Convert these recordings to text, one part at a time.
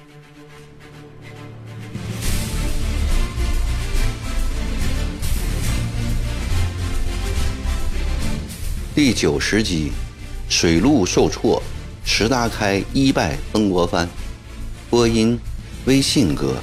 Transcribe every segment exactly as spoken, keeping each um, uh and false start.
第九十集，水路受挫，石达开一败曾国藩。播音：微信哥。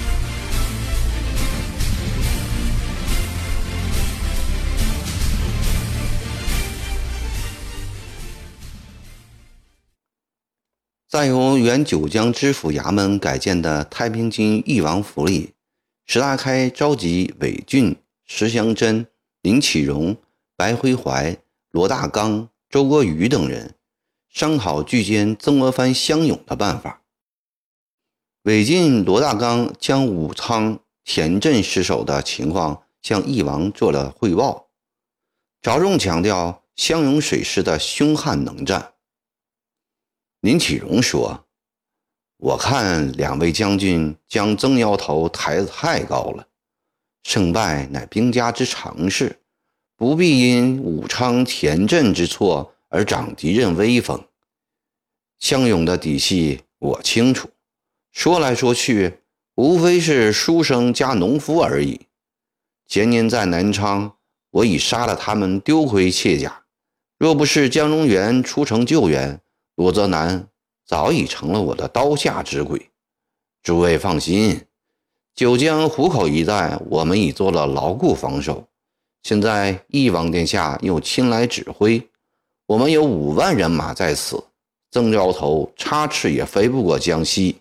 在由原九江知府衙门改建的太平军翼王府里，石达开召集韦俊、石祥珍、林启荣、白辉怀、罗大刚、周国瑜等人商讨拒歼曾国藩乡勇的办法。韦俊、罗大刚将武昌、田镇失守的情况向翼王做了汇报，着重强调乡勇水师的凶悍能战。林启荣说：“我看两位将军将曾窑头抬得太高了，胜败乃兵家之常事，不必因武昌田镇之错而长敌人威风。乡勇的底细我清楚，说来说去，无非是书生加农夫而已。前年在南昌，我已杀了他们丢盔卸甲，若不是江荣元出城救援，罗泽南早已成了我的刀下之鬼。诸位放心，九江湖口一带我们已做了牢固防守，现在翼王殿下又亲来指挥，我们有五万人马在此，曾窑头插翅也飞不过江西。”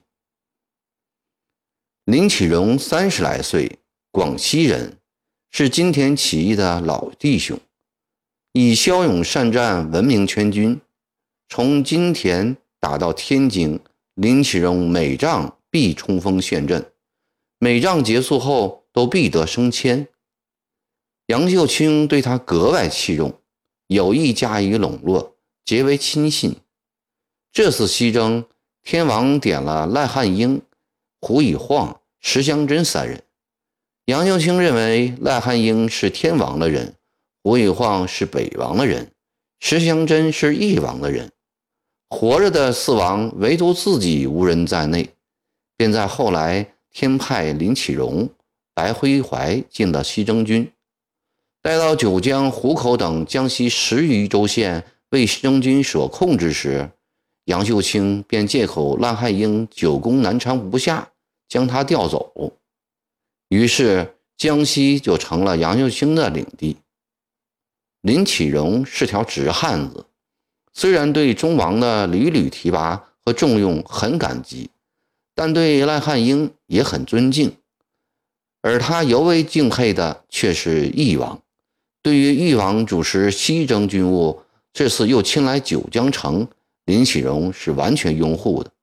林启荣三十来岁，广西人，是金田起义的老弟兄，以骁勇善战闻名全军。从金田打到天津，林启荣每仗必冲锋陷阵，每仗结束后都必得升迁。杨秀清对他格外器重，有意加以笼络，结为亲信。这次西征，天王点了赖汉英、胡以晃、石祥珍三人。杨秀清认为赖汉英是天王的人，胡以晃是北王的人，石祥珍是翼王的人。活着的四王唯独自己无人在内，便在后来添派林启荣、白辉怀进了西征军。待到九江、湖口等江西十余州县为西征军所控制时，杨秀清便借口赖汉英久攻南昌不下，将他调走。于是江西就成了杨秀清的领地。林启荣是条直汉子，虽然对忠王的屡屡提拔和重用很感激，但对赖汉英也很尊敬。而他尤为敬佩的却是翼王。对于翼王主持西征军务，这次又亲来九江城，林启荣是完全拥护的。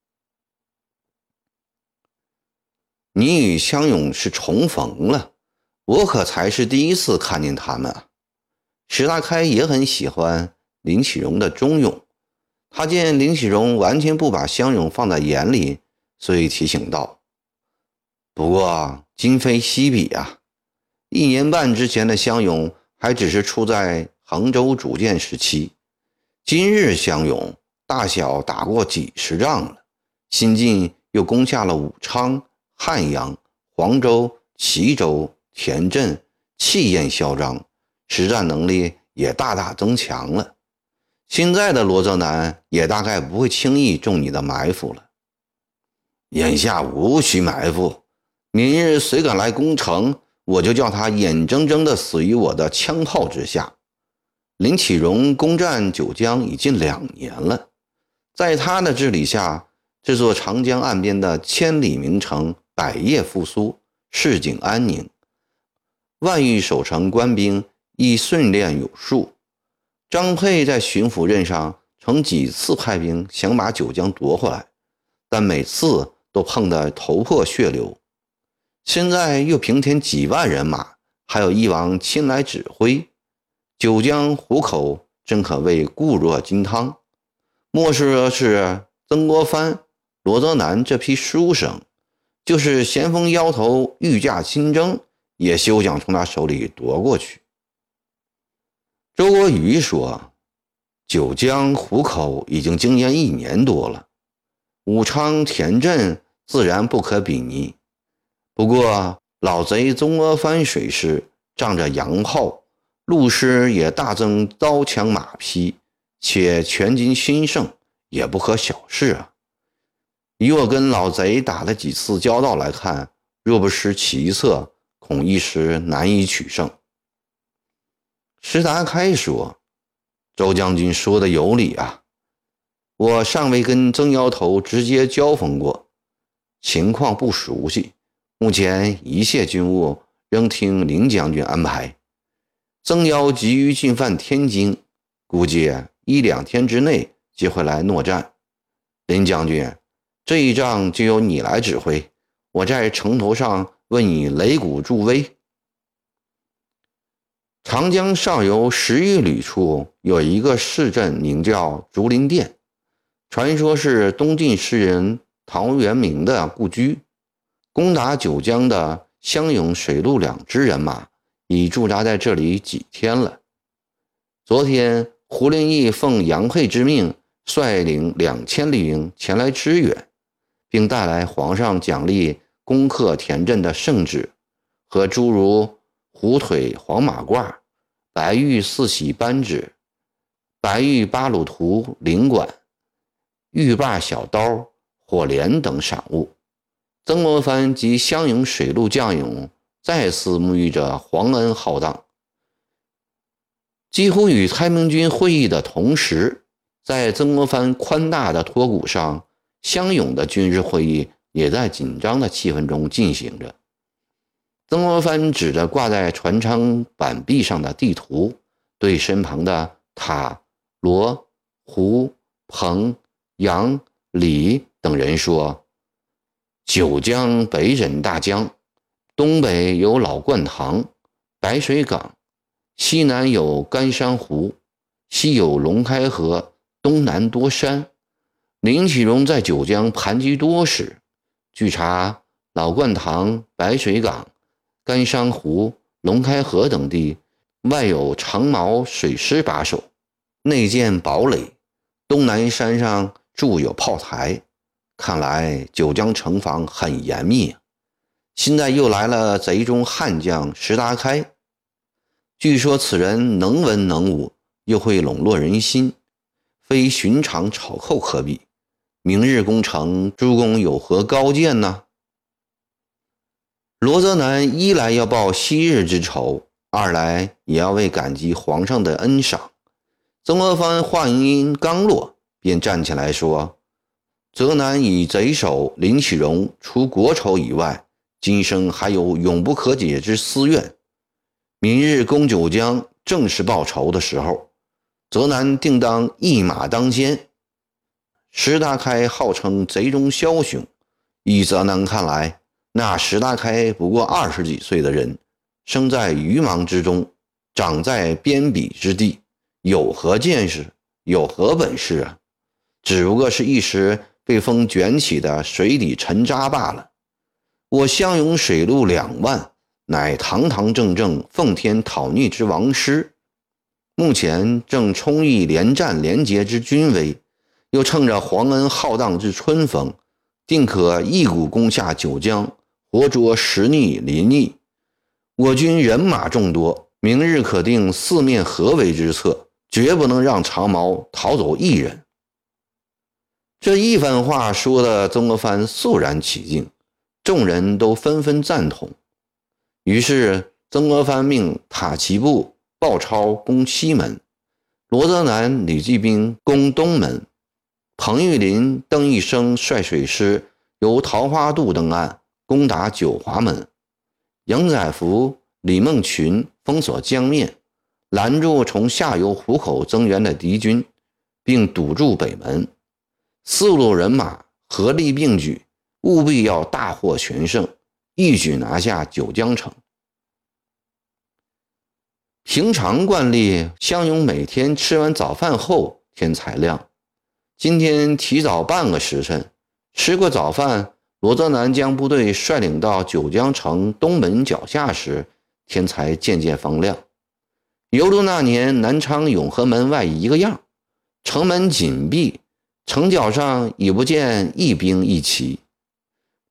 你与乡勇是重逢了，我可才是第一次看见他们啊。石达开也很喜欢林启荣的忠勇，他见林启荣完全不把乡勇放在眼里，所以提醒道：“不过今非昔比啊，一年半之前的乡勇还只是处在衡州主建时期，今日乡勇大小打过几十仗了，新近又攻下了武昌、汉阳、黄州、齐州、田镇，气焰嚣张，实战能力也大大增强了。现在的罗泽南也大概不会轻易中你的埋伏了。眼下无需埋伏，明日谁敢来攻城，我就叫他眼睁睁地死于我的枪炮之下。”林启荣攻占九江已近两年了，在他的治理下，这座长江岸边的千里名城百业复苏，市井安宁，万余守城官兵亦训练有素。张沛在巡抚任上曾几次派兵想把九江夺回来，但每次都碰得头破血流。现在又平添几万人马，还有翼王亲来指挥，九江湖口真可谓固若金汤。莫说是曾国藩、罗泽南这批书生，就是咸丰妖头御驾亲征，也休想从他手里夺过去。周国瑜说：“九江湖口已经经营一年多了，武昌田镇自然不可比拟。不过老贼曾国藩水师仗着洋炮，陆师也大增刀枪马匹，且全军兴盛，也不可小视啊。以我跟老贼打了几次交道来看，若不失其策，恐一时难以取胜。石达开说：周将军说的有理啊，我尚未跟曾妖头直接交锋过，情况不熟悉，目前一切军务仍听林将军安排。曾妖急于进犯天津，估计一两天之内就会来诺战。林将军，这一仗就由你来指挥，我在城头上为你擂鼓助威。长江上游十余里处有一个市镇，名叫竹林店，传说是东晋诗人陶渊明的故居。攻打九江的湘勇水陆两支人马已驻扎在这里几天了。昨天胡林翼奉杨惠之命，率领两千里兵前来支援，并带来皇上奖励攻克田镇的圣旨和诸如虎腿黄马褂、白玉四喜扳指、白玉八路图领管、玉把小刀、火镰等赏物。曾国藩及湘勇水陆将勇再次沐浴着皇恩浩荡。几乎与太平军会议的同时，在曾国藩宽大的托谷上，湘勇的军事会议也在紧张的气氛中进行着。曾国藩指着挂在船舱板壁上的地图，对身旁的塔、罗、胡、彭、杨、李等人说：九江北忍大江，东北有老灌塘、白水港，西南有干山湖，西有龙开河，东南多山。林启荣在九江盘踞多时，据查，老灌塘、白水港、干山湖、龙开河等地外有长毛水师把守，内建堡垒，东南山上筑有炮台。看来九江城防很严密，现在又来了贼中悍将石达开。据说此人能文能武，又会笼络人心，非寻常草寇可比。明日攻城，诸公有何高见呢？罗泽南一来要报昔日之仇，二来也要为感激皇上的恩赏。曾国藩话音刚落，便站起来说：泽南以贼首林启荣除国仇以外，今生还有永不可解之私怨。明日攻九江正是报仇的时候，泽南定当一马当先。石达开号称贼中枭雄，依泽南看来，那石达开不过二十几岁的人，生在渔芒之中，长在边鄙之地，有何见识，有何本事啊？只不过是一时被风卷起的水底沉渣罢了。我湘勇水陆两万，乃堂堂正正奉天讨逆之王师，目前正充溢连战连捷之军威，又乘着皇恩浩荡之春风，定可一鼓攻下九江，活捉时逆临逆。我军人马众多，明日可定四面合围之策，绝不能让长毛逃走一人。这一番话说的曾国藩肃然起敬，众人都纷纷赞同。于是曾国藩命塔奇部、鲍超攻西门，罗泽南、李继斌攻东门，彭玉麟、邓一生率水师由桃花渡登岸，攻打九华门。杨载福、李梦群封锁江面，拦住从下游湖口增援的敌军，并堵住北门。四路人马合力并举，务必要大获全胜，一举拿下九江城。平常惯例，湘勇每天吃完早饭后天才亮，今天提早半个时辰，吃过早饭，罗泽南将部队率领到九江城东门脚下时，天才渐渐放亮，犹如那年南昌永和门外一个样，城门紧闭，城角上已不见一兵一骑。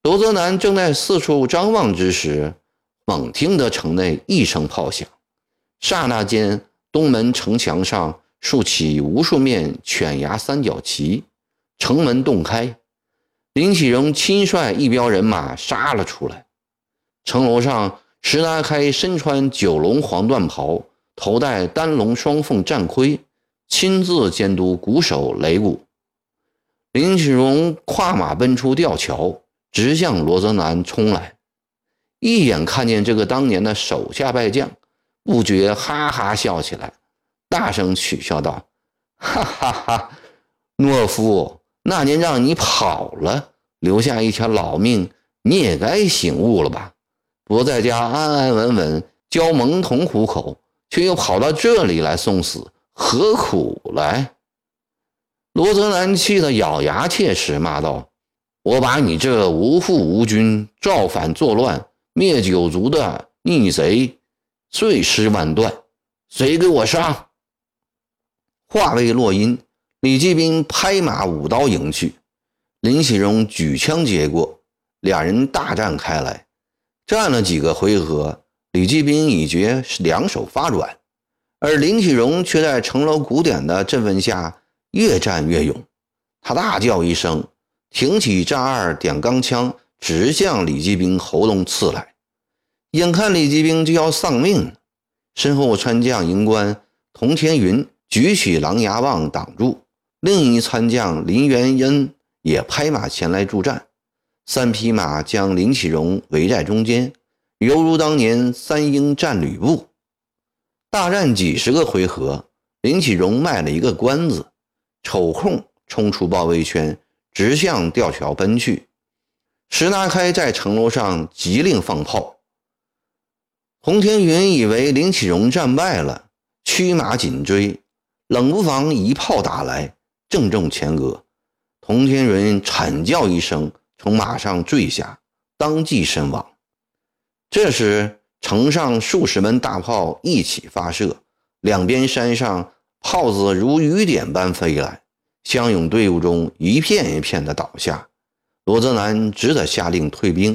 罗泽南正在四处张望之时，猛听得城内一声炮响，刹那间，东门城墙上竖起无数面犬牙三角旗，城门洞开，林启荣亲率一彪人马杀了出来。城楼上，石达开身穿九龙黄缎袍，头戴单龙双凤战盔，亲自监督鼓手擂鼓。林启荣跨马奔出吊桥，直向罗泽南冲来。一眼看见这个当年的手下败将，不觉哈哈笑起来，大声取笑道：哈哈哈，懦夫，那年让你跑了，留下一条老命，你也该醒悟了吧？不在家安安稳稳教蒙童糊口，却又跑到这里来送死，何苦来？罗泽南气得咬牙切齿，骂道：我把你这无父无君、造反作乱、灭九族的逆贼碎尸万段，谁给我上？话未落音，李继斌拍马舞刀迎去，林启荣举枪接过，两人大战开来。战了几个回合，李继斌已觉两手发软，而林启荣却在城楼鼓点的振奋下越战越勇。他大叫一声，挺起扎二点钢枪，直向李继斌喉咙刺来。眼看李继斌就要丧命，身后参将营官童天云举起狼牙棒挡住，另一参将林元恩也拍马前来助战。三匹马将林启荣围在中间，犹如当年三英战吕布。大战几十个回合，林启荣卖了一个关子，抽空冲出包围圈，直向吊桥奔去。石达开在城楼上急令放炮。洪天云以为林启荣战败了，驱马紧追，冷不防一炮打来，正中前额。洪天云惨叫一声，从马上坠下，当即身亡。这时城上数十门大炮一起发射，两边山上炮子如雨点般飞来，乡勇队伍中一片一片的倒下。罗泽南只得下令退兵。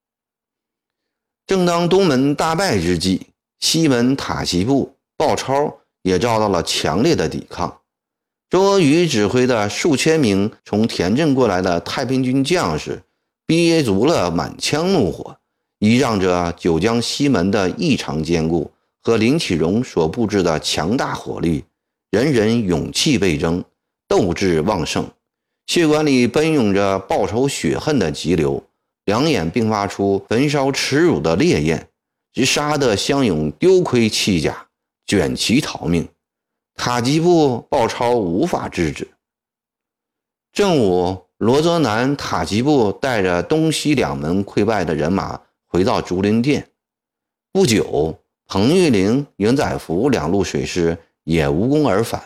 正当东门大败之际，西门塔旗部鲍超也遭到了强烈的抵抗。周阿谀指挥的数千名从田镇过来的太平军将士憋足了满腔怒火，依仗着九江西门的异常坚固和林启荣所布置的强大火力，人人勇气倍增，斗志旺盛。血管里奔涌着报仇雪恨的急流，两眼迸发出焚烧耻辱的烈焰，直杀得乡勇丢盔弃甲，卷旗逃命。塔吉部鲍超无法制止。正午，罗泽南、塔吉部带着东西两门溃败的人马回到竹林殿。不久，彭玉麟、迎载福两路水师也无功而返。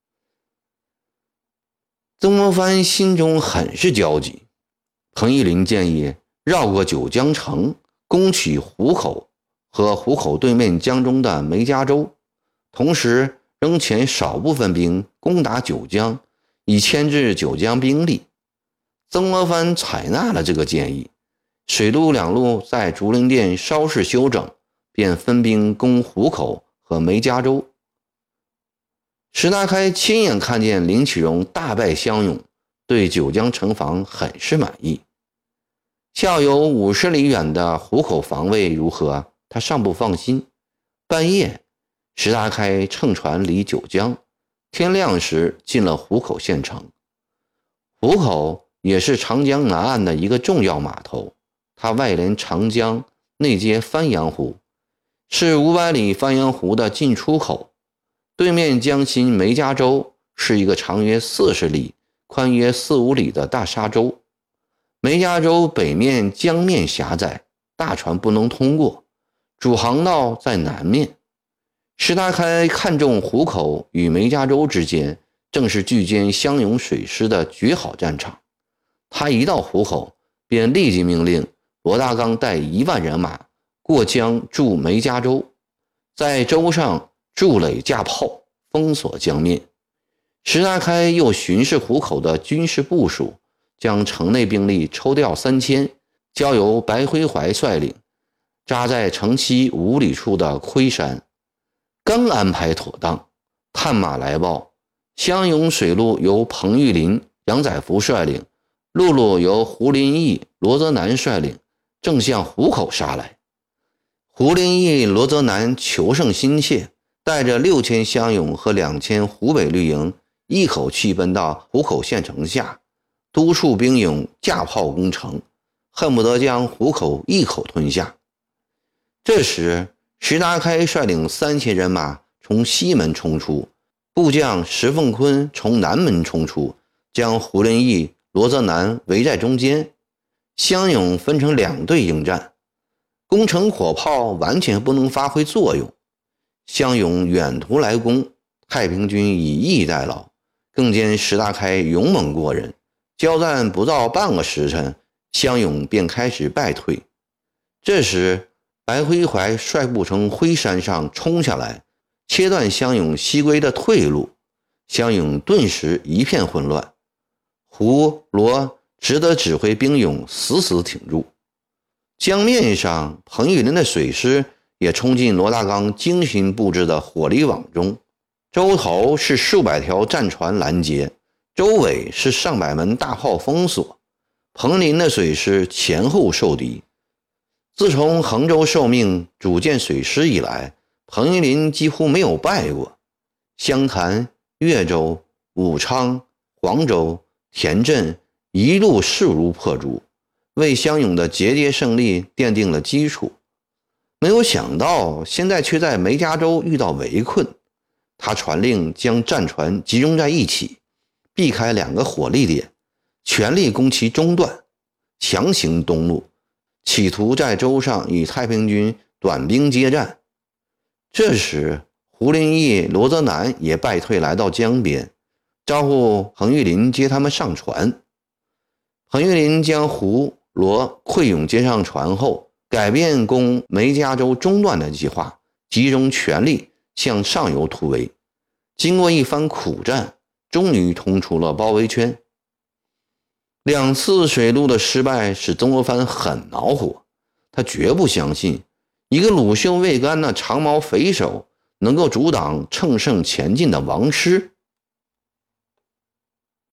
曾国藩心中很是焦急，彭玉麟建议绕过九江城，攻取湖口和湖口对面江中的梅家洲，同时仍遣少部分兵攻打九江，以牵制九江兵力。曾国藩采纳了这个建议，水陆两路在竹林殿稍事休整，便分兵攻湖口和梅家洲。石达开亲眼看见林启荣大败乡勇，对九江城防很是满意。下有五十里远的湖口防卫如何，他尚不放心。半夜，石达开乘船离九江，天亮时进了湖口县城。湖口也是长江南岸的一个重要码头，它外连长江，内接番阳湖，是五百里番阳湖的进出口。对面江心梅家洲是一个长约四十里、宽约四五里的大沙洲。梅家洲北面江面狭窄，大船不能通过，主航道在南面。石达开看中湖口与梅家洲之间，正是聚歼乡勇水师的绝好战场。他一到湖口，便立即命令罗大刚带一万人马过江驻梅家洲，在洲上筑垒架炮，封锁江面。石达开又巡视湖口的军事部署，将城内兵力抽调三千， 交由白辉怀率领，扎在城西五里处的昆山。刚安排妥当，探马来报，襄阳水路由彭玉麟、杨载福率领，陆路由胡林翼、罗泽南率领，正向湖口杀来。胡林翼、罗泽南求胜心切，带着六千乡勇和两千湖北绿营，一口气奔到湖口县城下，督促兵勇架炮攻城，恨不得将湖口一口吞下。这时石达开率领三千人马从西门冲出，部将石凤坤从南门冲出，将胡林翼、罗泽南围在中间，乡勇分成两队应战。攻城火炮完全不能发挥作用，乡勇远途来攻，太平军以逸待劳，更见石达开勇猛过人。交战不到半个时辰，乡勇便开始败退。这时白辉怀率部从辉山上冲下来，切断乡勇西归的退路，乡勇顿时一片混乱。胡、罗只得指挥兵勇死死挺住。江面上，彭玉麟的水师也冲进罗大刚精心布置的火力网中，周头是数百条战船拦截，周围是上百门大炮封锁。彭林的水师前后受敌。自从衡州受命主建水师以来，彭玉麟几乎没有败过。湘潭、岳州、武昌、黄州、田镇一路势如破竹，为乡勇的节节胜利奠定了基础。没有想到现在却在梅家洲遇到围困，他传令将战船集中在一起，避开两个火力点，全力攻其中段，强行东路，企图在洲上与太平军短兵接战。这时胡林翼、罗泽南也败退来到江边，招呼彭玉麟接他们上船。彭玉麟将胡、罗溃勇接上船后，改变攻梅家洲中段的计划，集中全力向上游突围。经过一番苦战，终于通出了包围圈。两次水路的失败使曾国藩很恼火，他绝不相信一个乳臭未干的长毛匪首能够阻挡乘胜前进的王师。